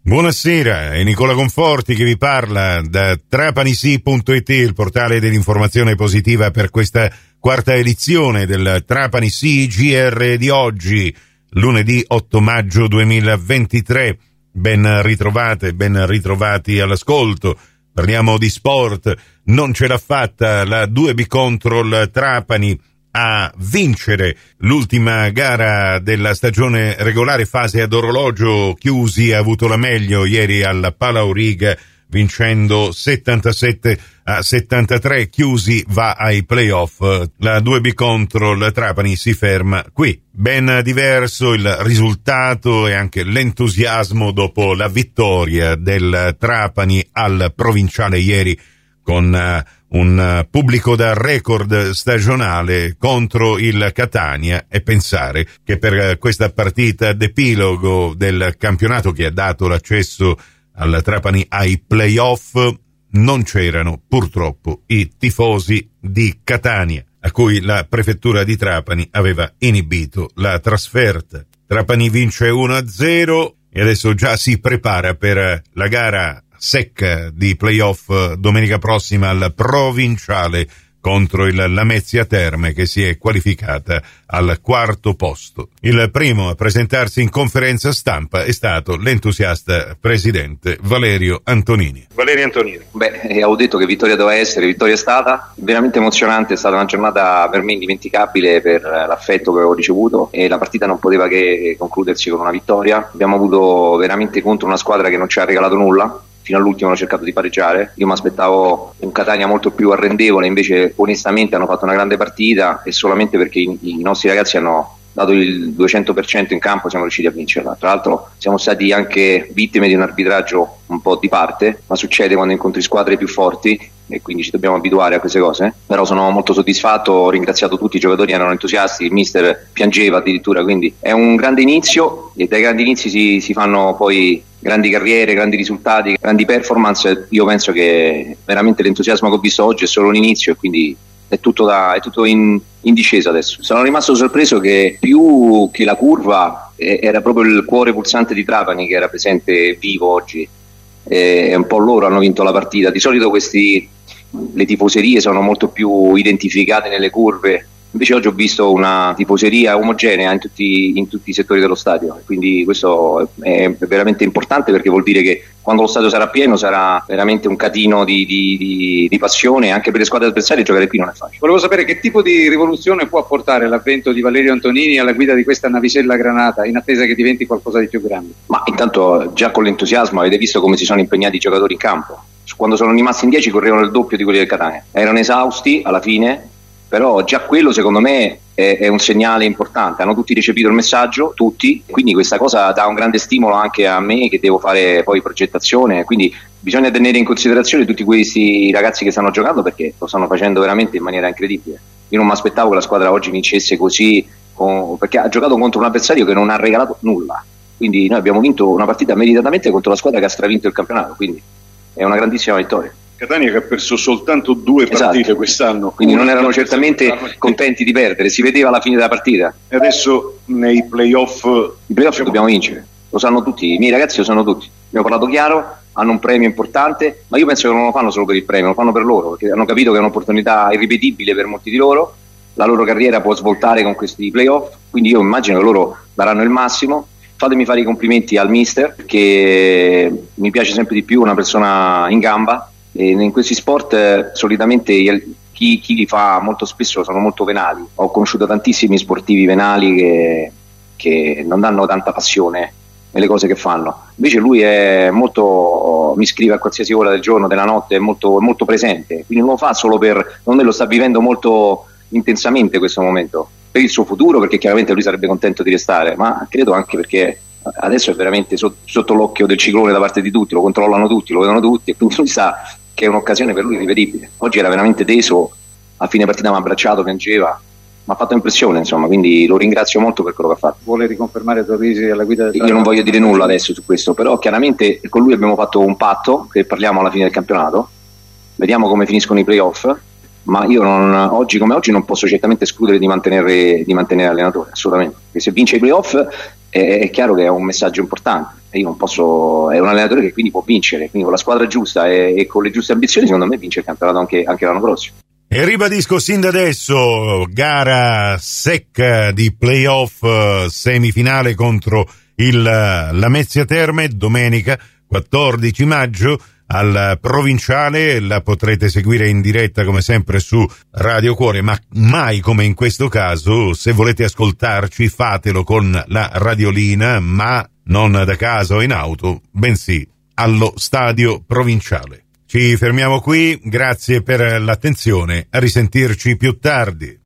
Buonasera, è Nicola Conforti che vi parla da trapanisi.it, il portale dell'informazione positiva per questa quarta edizione del Trapani Sì GR di oggi, lunedì 8 maggio 2023. Ben ritrovate, ben ritrovati all'ascolto. Parliamo di sport, non ce l'ha fatta la 2B Control Trapani a vincere l'ultima gara della stagione regolare, fase ad orologio chiusi. Ha avuto la meglio ieri alla Palauriga vincendo 77-73, chiusi, va ai playoff. La 2B Control Trapani si ferma qui. Ben diverso il risultato e anche l'entusiasmo dopo la vittoria del Trapani al provinciale ieri, con un pubblico da record stagionale contro il Catania, e pensare che per questa partita d'epilogo del campionato che ha dato l'accesso al Trapani ai playoff non c'erano purtroppo i tifosi di Catania, a cui la prefettura di Trapani aveva inibito la trasferta. Trapani vince 1-0 e adesso già si prepara per la gara secca di playoff domenica prossima al provinciale contro il Lamezia Terme, che si è qualificata al quarto posto. Il primo a presentarsi in conferenza stampa è stato l'entusiasta presidente Valerio Antonini. Valerio Antonini. Avevo detto che vittoria doveva essere, vittoria è stata, veramente emozionante, è stata una giornata per me indimenticabile per l'affetto che avevo ricevuto, e la partita non poteva che concludersi con una vittoria. Abbiamo avuto veramente contro una squadra che non ci ha regalato nulla. Fino all'ultimo hanno cercato di pareggiare. Io mi aspettavo un Catania molto più arrendevole, invece onestamente hanno fatto una grande partita, e solamente perché i nostri ragazzi hanno dato il 200% in campo siamo riusciti a vincerla. Tra l'altro siamo stati anche vittime di un arbitraggio un po' di parte, ma succede quando incontri squadre più forti e quindi ci dobbiamo abituare a queste cose. Però sono molto soddisfatto, ho ringraziato tutti i giocatori, erano entusiasti, il mister piangeva addirittura, quindi è un grande inizio, e dai grandi inizi si fanno poi grandi carriere, grandi risultati, grandi performance. Io penso che veramente l'entusiasmo che ho visto oggi è solo l'inizio, e quindi è tutto in discesa adesso. Sono rimasto sorpreso che più che la curva era proprio il cuore pulsante di Trapani che era presente vivo oggi, e un po' loro hanno vinto la partita. Di solito le tifoserie sono molto più identificate nelle curve, invece oggi ho visto una tifoseria omogenea in tutti i settori dello stadio, quindi questo è veramente importante, perché vuol dire che quando lo stadio sarà pieno sarà veramente un catino di passione. Anche per le squadre avversarie giocare qui non è facile. Volevo sapere che tipo di rivoluzione può apportare l'avvento di Valerio Antonini alla guida di questa navicella granata, in attesa che diventi qualcosa di più grande. Ma intanto già con l'entusiasmo avete visto come si sono impegnati i giocatori in campo. Quando sono rimasti in 10 correvano il doppio di quelli del Catania, erano esausti alla fine, però già quello secondo me è un segnale importante. Hanno tutti recepito il messaggio, tutti, quindi questa cosa dà un grande stimolo anche a me che devo fare poi progettazione, quindi bisogna tenere in considerazione tutti questi ragazzi che stanno giocando, perché lo stanno facendo veramente in maniera incredibile. Io non mi aspettavo che la squadra oggi vincesse così, perché ha giocato contro un avversario che non ha regalato nulla, quindi noi abbiamo vinto una partita meritatamente contro la squadra che ha stravinto il campionato, quindi è una grandissima vittoria. Catania che ha perso soltanto 2 partite, esatto, quest'anno, quindi non erano certamente contenti di perdere, si vedeva alla fine della partita. E adesso nei playoff dobbiamo vincere, lo sanno tutti, i miei ragazzi lo sanno tutti, abbiamo parlato chiaro, hanno un premio importante, ma io penso che non lo fanno solo per il premio, lo fanno per loro, perché hanno capito che è un'opportunità irripetibile per molti di loro, la loro carriera può svoltare con questi playoff, quindi io immagino che loro daranno il massimo. Fatemi fare i complimenti al mister, che mi piace sempre di più, una persona in gamba. E in questi sport solitamente chi li fa molto spesso sono molto venali. Ho conosciuto tantissimi sportivi venali che non danno tanta passione nelle cose che fanno. Invece lui è molto, mi scrive a qualsiasi ora del giorno, della notte, è molto, molto presente, quindi non lo fa solo secondo me lo sta vivendo molto intensamente questo momento, per il suo futuro, perché chiaramente lui sarebbe contento di restare, ma credo anche perché adesso è veramente sotto l'occhio del ciclone da parte di tutti, lo controllano tutti, lo vedono tutti, e quindi lui sa che è un'occasione per lui irripetibile. Oggi era veramente teso, a fine partita mi ha abbracciato, piangeva, mi ha fatto impressione, insomma, quindi lo ringrazio molto per quello che ha fatto. Vuole riconfermare i tuoi tesi alla guida del Io non voglio dire nulla adesso su questo, però chiaramente con lui abbiamo fatto un patto che parliamo alla fine del campionato, vediamo come finiscono i playoff, ma io oggi come oggi non posso certamente escludere di mantenere allenatore, assolutamente, perché se vince i playoff è chiaro che è un messaggio importante, e io non posso, è un allenatore che quindi può vincere, quindi con la squadra giusta e con le giuste ambizioni secondo me vince il campionato anche l'anno prossimo. E ribadisco sin da adesso, gara secca di playoff, semifinale contro la Lamezia Terme, domenica 14 maggio al Provinciale. La potrete seguire in diretta come sempre su Radio Cuore, ma mai come in questo caso, se volete ascoltarci fatelo con la radiolina, ma non da casa o in auto, bensì allo Stadio Provinciale. Ci fermiamo qui, grazie per l'attenzione, a risentirci più tardi.